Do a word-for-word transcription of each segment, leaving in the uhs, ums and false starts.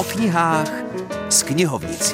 knihách s knihovnicí.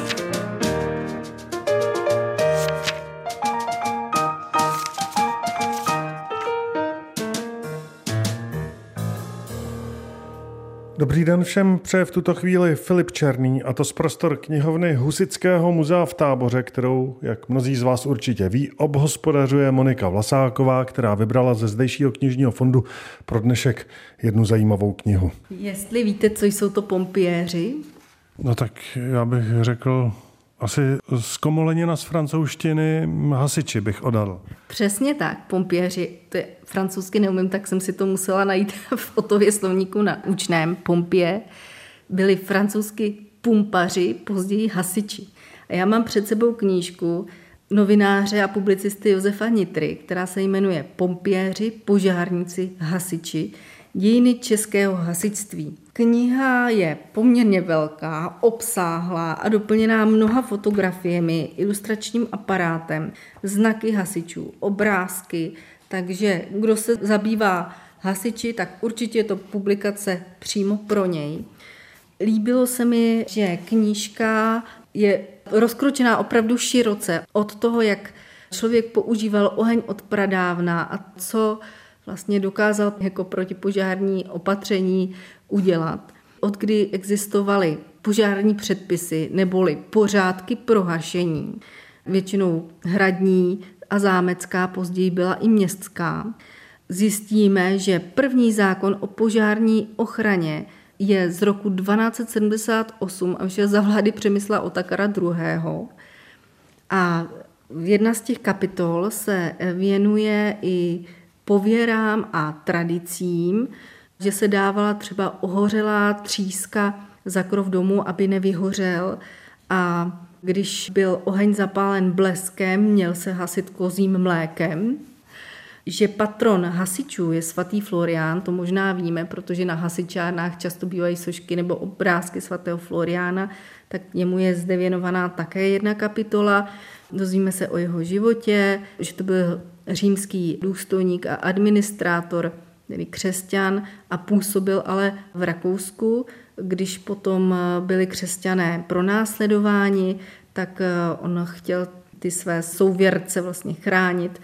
Dobrý den všem, přeje v tuto chvíli Filip Černý, a to z prostor knihovny Husitského muzea v Táboře, kterou, jak mnozí z vás určitě ví, obhospodařuje Monika Vlasáková, která vybrala ze zdejšího knižního fondu pro dnešek jednu zajímavou knihu. Jestli víte, co jsou to pompiéři? No tak já bych řekl asi zkomolenina z francouzštiny hasiči bych odhadl. Přesně tak, pompiéři, to je francouzsky neumím, tak jsem si to musela najít v Otově slovníku na učném. Pompě byli francouzsky pumpaři, později hasiči. A já mám před sebou knížku novináře a publicisty Josefa Nitry, která se jmenuje Pompiéři, požárníci, hasiči, dějiny českého hasičství. Kniha je poměrně velká, obsáhlá a doplněná mnoha fotografiemi, ilustračním aparátem, znaky hasičů, obrázky, takže kdo se zabývá hasiči, tak určitě je to publikace přímo pro něj. Líbilo se mi, že knížka je rozkročená opravdu široce od toho, jak člověk používal oheň od pradávna a co vlastně dokázal jako protipožární opatření udělat. Od kdy existovaly požární předpisy neboli pořádky pro hašení, většinou hradní a zámecká, později byla i městská, zjistíme, že první zákon o požární ochraně je z roku dvanáct set sedmdesát osm a vyšel za vlády Přemysla Otakara druhého. A jedna z těch kapitol se věnuje i pověrám a tradicím, že se dávala třeba ohořelá tříska za krov domu, aby nevyhořel, a když byl oheň zapálen bleskem, měl se hasit kozím mlékem. Že patron hasičů je svatý Florián, to možná víme, protože na hasičárnách často bývají sošky nebo obrázky svatého Floriána, tak němu je zde věnovaná také jedna kapitola. Dozvíme se o jeho životě, že to byl římský důstojník a administrátor, tedy křesťan, a působil ale v Rakousku. Když potom byli křesťané pronásledováni, tak on chtěl ty své souvěrce vlastně chránit,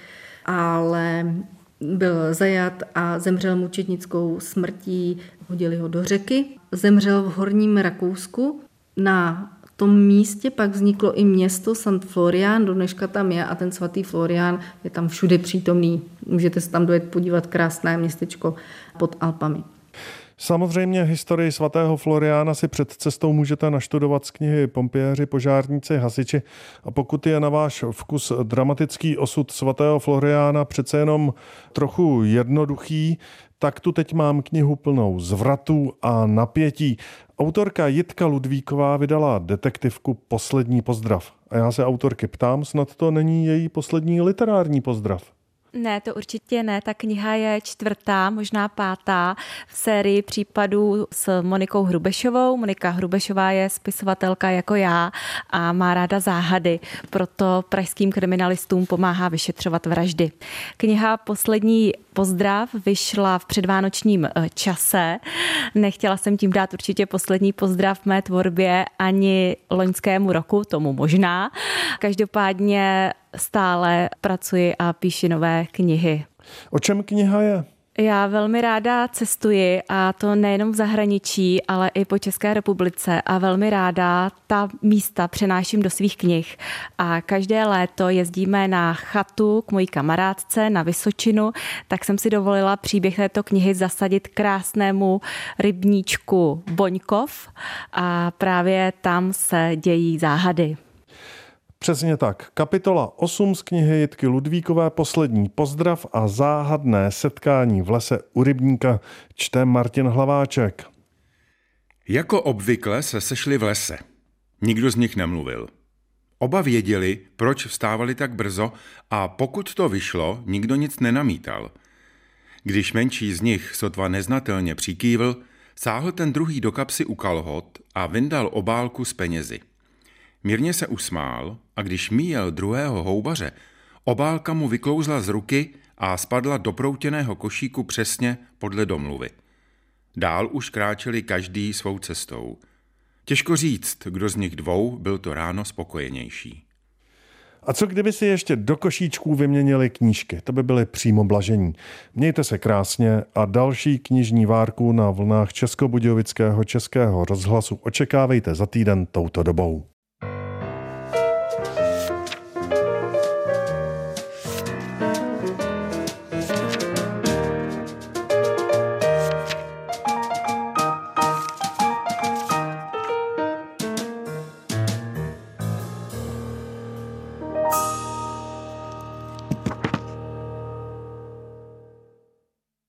ale byl zajat a zemřel mučednickou smrtí, hodili ho do řeky. Zemřel v Horním Rakousku. Na tom místě pak vzniklo i město Sant Florián, do dneška tam je, a ten svatý Florián je tam všude přítomný. Můžete se tam dojet podívat, krásné městečko pod Alpami. Samozřejmě historii svatého Floriána si před cestou můžete naštudovat z knihy Pompiéři, požárníci, hasiči, a pokud je na váš vkus dramatický osud svatého Floriána přece jenom trochu jednoduchý, tak tu teď mám knihu plnou zvratů a napětí. Autorka Jitka Ludvíková vydala detektivku Poslední pozdrav. A já se autorky ptám, snad to není její poslední literární pozdrav. Ne, to určitě ne. Ta kniha je čtvrtá, možná pátá v sérii případů s Monikou Hrubešovou. Monika Hrubešová je spisovatelka jako já a má ráda záhady, proto pražským kriminalistům pomáhá vyšetřovat vraždy. Kniha Poslední pozdrav vyšla v předvánočním čase. Nechtěla jsem tím dát určitě poslední pozdrav mé tvorbě ani loňskému roku, tomu možná. Každopádně stále pracuji a píši nové knihy. O čem kniha je? Já velmi ráda cestuji, a to nejenom v zahraničí, ale i po České republice, a velmi ráda ta místa přenáším do svých knih. A každé léto jezdíme na chatu k mojí kamarádce na Vysočinu, tak jsem si dovolila příběh této knihy zasadit krásnému rybníčku Boňkov, a právě tam se dějí záhady. Přesně tak. Kapitola osm z knihy Jitky Ludvíkové Poslední pozdrav a záhadné setkání v lese u rybníka čte Martin Hlaváček. Jako obvykle se sešli v lese. Nikdo z nich nemluvil. Oba věděli, proč vstávali tak brzo, a pokud to vyšlo, nikdo nic nenamítal. Když menší z nich sotva neznatelně přikývl, sáhl ten druhý do kapsy u kalhot a vyndal obálku s penězi. Mírně se usmál, a když míjel druhého houbaře, obálka mu vyklouzla z ruky a spadla do proutěného košíku přesně podle domluvy. Dál už kráčeli každý svou cestou. Těžko říct, kdo z nich dvou byl to ráno spokojenější. A co kdyby si ještě do košíčků vyměnili knížky? To by byly přímo blažení. Mějte se krásně a další knižní várku na vlnách Českobudějovického Českého rozhlasu očekávejte za týden touto dobou.